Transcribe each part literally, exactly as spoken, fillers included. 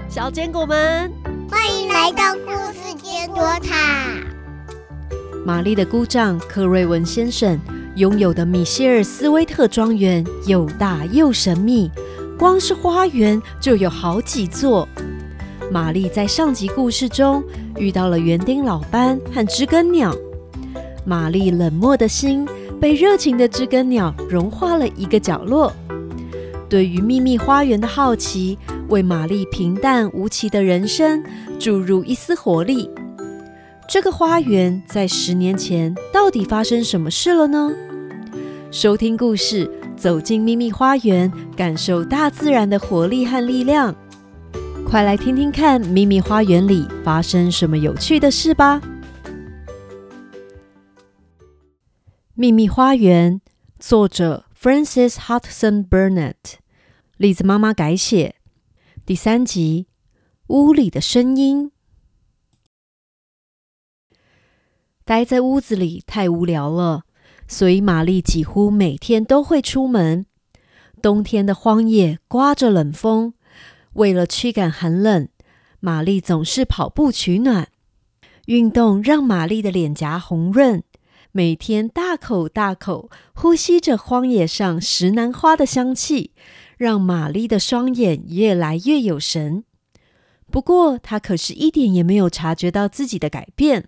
小坚果们， 欢迎来到故事坚果塔。 玛丽的姑丈克瑞文先生拥有的米歇尔斯威特庄园又大又神秘，光是花园就有好几座。玛丽在上集故事中遇到了园丁老班和知更鸟，玛丽冷漠的心被热情的知更鸟融化了一个角落。对于秘密花园的好奇，为玛丽平淡无奇的人生注入一丝活力。这个花园在十年前到底发生什么事了呢？收听故事，走进秘密花园，感受大自然的活力和力量。快来听听看秘密花园里发生什么有趣的事吧。秘密花园，作者 Frances Hudson Burnett， 栗子妈妈改写。第三集，屋里的声音。待在屋子里太无聊了，所以玛丽几乎每天都会出门。冬天的荒野刮着冷风，为了驱赶寒冷，玛丽总是跑步取暖。运动让玛丽的脸颊红润，每天大口大口呼吸着荒野上石楠花的香气，让玛丽的双眼越来越有神。不过她可是一点也没有察觉到自己的改变。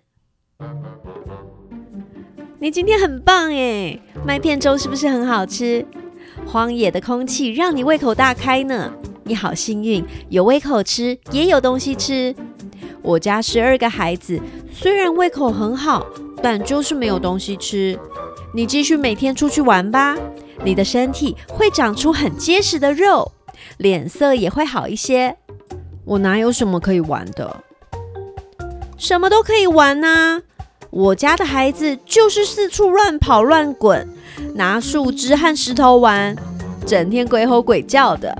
你今天很棒耶，麦片粥是不是很好吃？荒野的空气让你胃口大开呢，你好幸运，有胃口吃，也有东西吃。我家十二个孩子，虽然胃口很好，但就是没有东西吃。你继续每天出去玩吧，你的身体会长出很结实的肉，脸色也会好一些。我哪有什么可以玩的？什么都可以玩啊！我家的孩子就是四处乱跑乱滚，拿树枝和石头玩，整天鬼吼鬼叫的。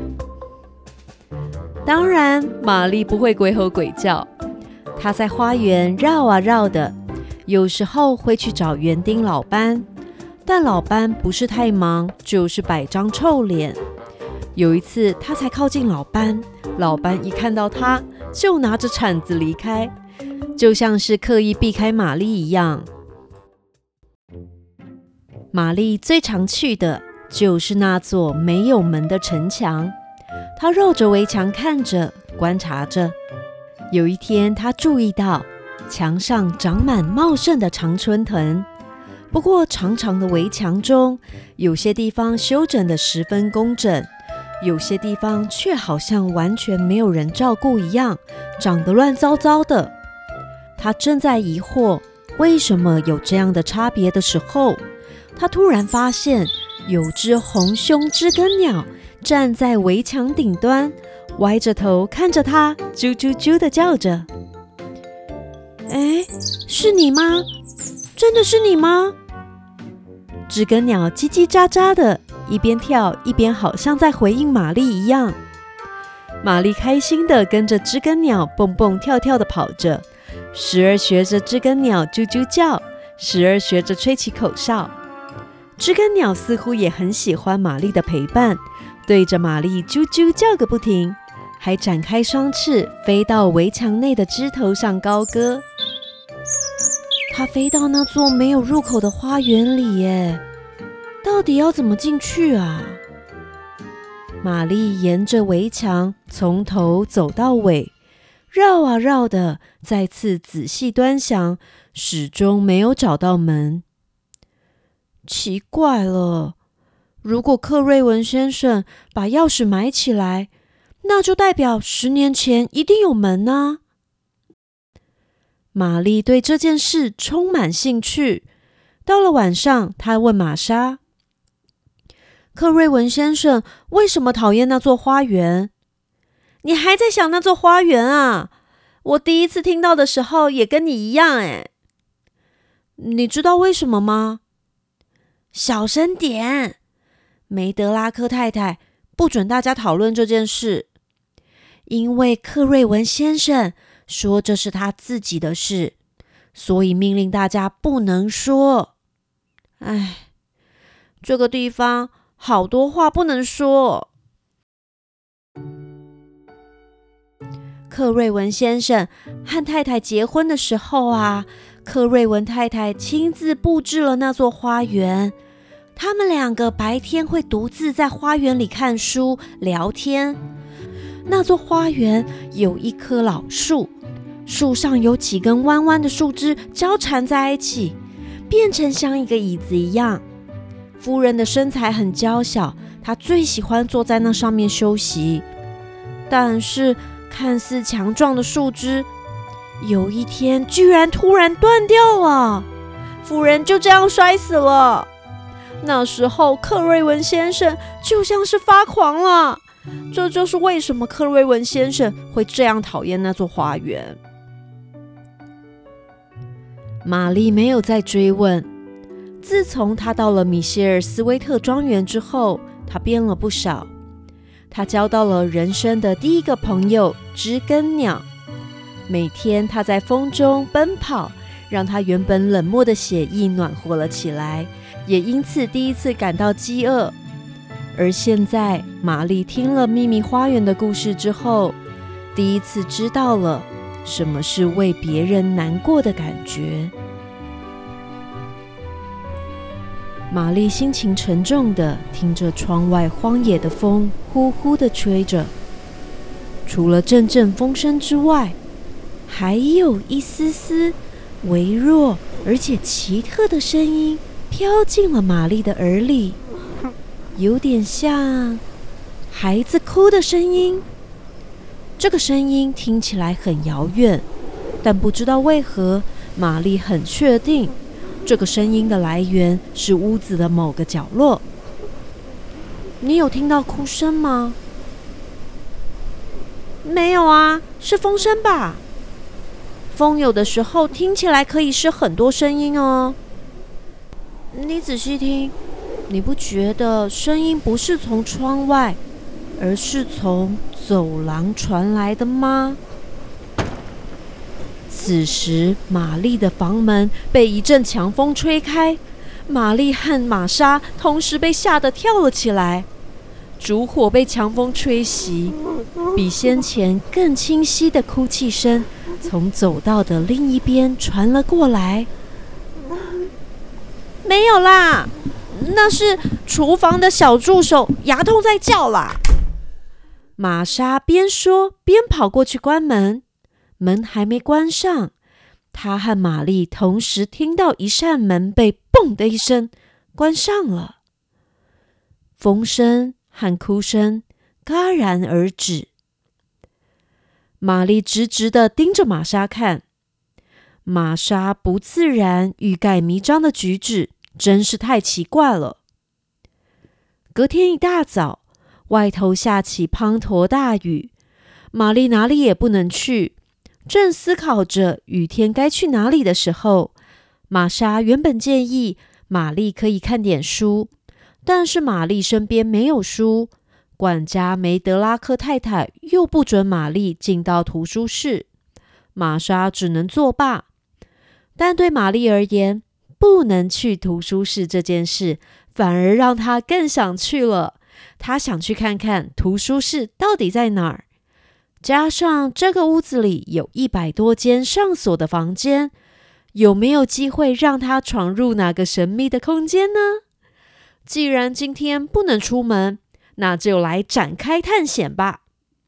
当然，玛丽不会鬼吼鬼叫，她在花园绕啊绕的，有时候会去找园丁老班，但老班不是太忙，就是摆张臭脸。有一次，她才靠近老班，老班一看到她，就拿着铲子离开，就像是刻意避开玛丽一样。玛丽最常去的就是那座没有门的城墙，她绕着围墙看着，观察着。有一天，她注意到墙上长满茂盛的常春藤，不过长长的围墙中，有些地方修整得十分工整，有些地方却好像完全没有人照顾一样，长得乱糟糟的。他正在疑惑为什么有这样的差别的时候，他突然发现有只红胸知更鸟站在围墙顶端，歪着头看着他，啾啾啾地叫着。哎，是你吗？真的是你吗？知更鸟叽叽喳喳的，一边跳一边好像在回应玛丽一样。玛丽开心地跟着知更鸟蹦蹦跳跳地跑着，时而学着知更鸟啾啾叫，时而学着吹起口哨。知更鸟似乎也很喜欢玛丽的陪伴，对着玛丽啾啾叫个不停，还展开双翅飞到围墙内的枝头上高歌。它飞到那座没有入口的花园里耶，到底要怎么进去啊？玛丽沿着围墙从头走到尾，绕啊绕的，再次仔细端详，始终没有找到门。奇怪了，如果克瑞文先生把钥匙埋起来，那就代表十年前一定有门啊。玛丽对这件事充满兴趣。到了晚上，她问玛莎：克瑞文先生为什么讨厌那座花园？你还在想那座花园啊？我第一次听到的时候也跟你一样诶。你知道为什么吗？小声点，梅德拉克太太不准大家讨论这件事，因为克瑞文先生说这是他自己的事，所以命令大家不能说。唉，这个地方好多话不能说。 克瑞文先生和太太结婚的时候啊，克瑞文太太亲自布置了那座花园。他们两个白天会独自在花园里看书、聊天。那座花园有一棵老树，树上有几根弯弯的树枝交缠在一起，变成像一个椅子一样。夫人的身材很娇小，她最喜欢坐在那上面休息。但是看似强壮的树枝，有一天居然突然断掉了，夫人就这样摔死了。那时候克瑞文先生就像是发狂了，这就是为什么克瑞文先生会这样讨厌那座花园。玛丽没有再追问。自从她到了米歇尔斯威特庄园之后，她变了不少。她交到了人生的第一个朋友知更鸟。每天她在风中奔跑，让她原本冷漠的血液暖和了起来，也因此第一次感到饥饿。而现在，玛丽听了秘密花园的故事之后，第一次知道了什么是为别人难过的感觉。玛丽心情沉重地听着窗外荒野的风呼呼地吹着，除了阵阵风声之外，还有一丝丝微弱而且奇特的声音飘进了玛丽的耳里，有点像孩子哭的声音。这个声音听起来很遥远，但不知道为何，玛丽很确定这个声音的来源是屋子的某个角落。你有听到哭声吗？没有啊，是风声吧？风有的时候听起来可以是很多声音哦。你仔细听，你不觉得声音不是从窗外，而是从走廊传来的吗？此时，玛丽的房门被一阵强风吹开，玛丽和玛莎同时被吓得跳了起来。烛火被强风吹熄，比先前更清晰的哭泣声从走道的另一边传了过来。没有啦，那是厨房的小助手牙痛在叫啦。玛莎边说边跑过去关门。门还没关上，他和玛丽同时听到一扇门被砰的一声关上了。风声和哭声戛然而止。玛丽直直地盯着玛莎看，玛莎不自然、欲盖弥彰的举止真是太奇怪了。隔天一大早，外头下起滂沱大雨，玛丽哪里也不能去。正思考着雨天该去哪里的时候，玛莎原本建议玛丽可以看点书，但是玛丽身边没有书，管家梅德拉克太太又不准玛丽进到图书室，玛莎只能作罢。但对玛丽而言，不能去图书室这件事反而让她更想去了。她想去看看图书室到底在哪儿。加上这个屋子里有一百多间上锁的房间，有没有机会让他闯入哪个神秘的空间呢？既然今天不能出门，那就来展开探险吧。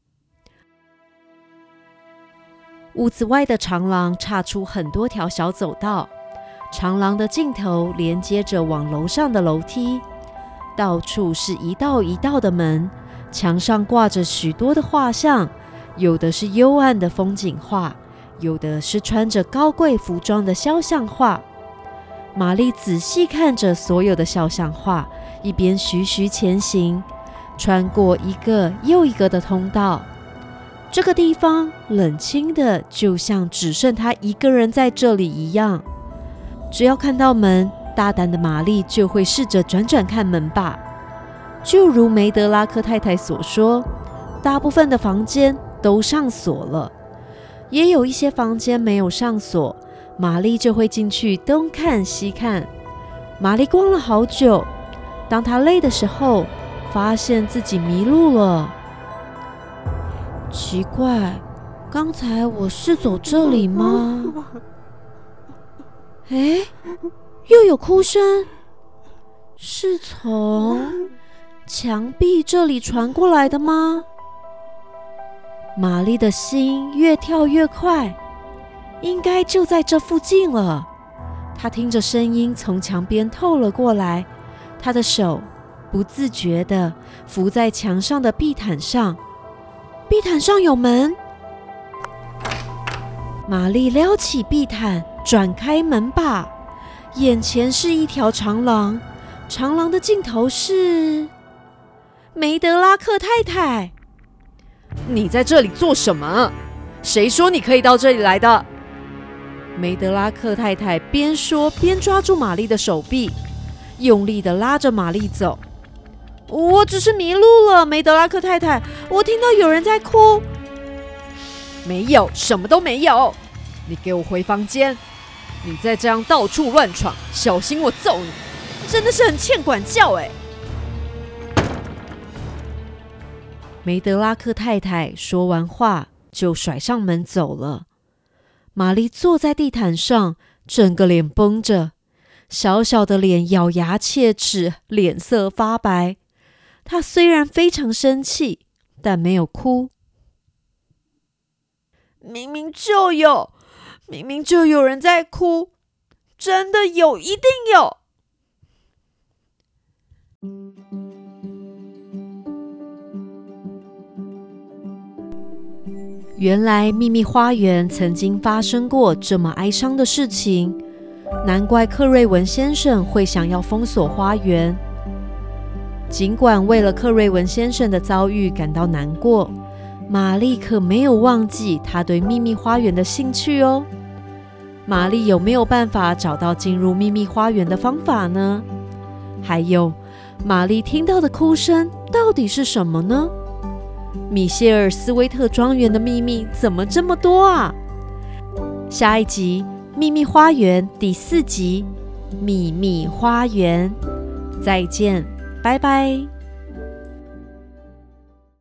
屋子外的长廊岔出很多条小走道，长廊的尽头连接着往楼上的楼梯，到处是一道一道的门，墙上挂着许多的画像，有的是幽暗的风景画，有的是穿着高贵服装的肖像画。玛丽仔细看着所有的肖像画，一边徐徐前行，穿过一个又一个的通道。这个地方冷清的，就像只剩她一个人在这里一样。只要看到门，大胆的玛丽就会试着转转看门把。就如梅德拉克太太所说，大部分的房间都上锁了，也有一些房间没有上锁，玛丽就会进去东看西看。玛丽逛了好久，当她累的时候，发现自己迷路了。奇怪， 刚才我是走这里吗？哎，又有哭声，是从墙壁这里传过来的吗？玛丽的心越跳越快，应该就在这附近了。她听着声音从墙边透了过来，她的手不自觉地扶在墙上的地毯上，地毯上有门。玛丽撩起地毯，转开门把，眼前是一条长廊，长廊的尽头是梅德拉克太太。 你在这里做什么？谁说你可以到这里来的？ 梅德拉克太太边说边抓住玛丽的手臂，用力地拉着玛丽走。我只是迷路了，梅德拉克太太，我听到有人在哭。 没有，什么都没有。你给我回房间！你再这样到处乱闯，小心我揍你！ 真的是很欠管教哎。梅德拉克太太说完话就甩上门走了。玛丽坐在地毯上，整个脸绷着，小小的脸咬牙切齿，脸色发白。她虽然非常生气，但没有哭。明明就有，明明就有人在哭，真的有，一定有。原来秘密花园曾经发生过这么哀伤的事情，难怪克瑞文先生会想要封锁花园。尽管为了克瑞文先生的遭遇感到难过，玛丽可没有忘记她对秘密花园的兴趣哦。玛丽有没有办法找到进入秘密花园的方法呢？还有，玛丽听到的哭声到底是什么呢？米歇尔斯威特庄园的秘密怎么这么多啊？下一集《秘密花园》第四集《秘密花园》，再见，拜拜。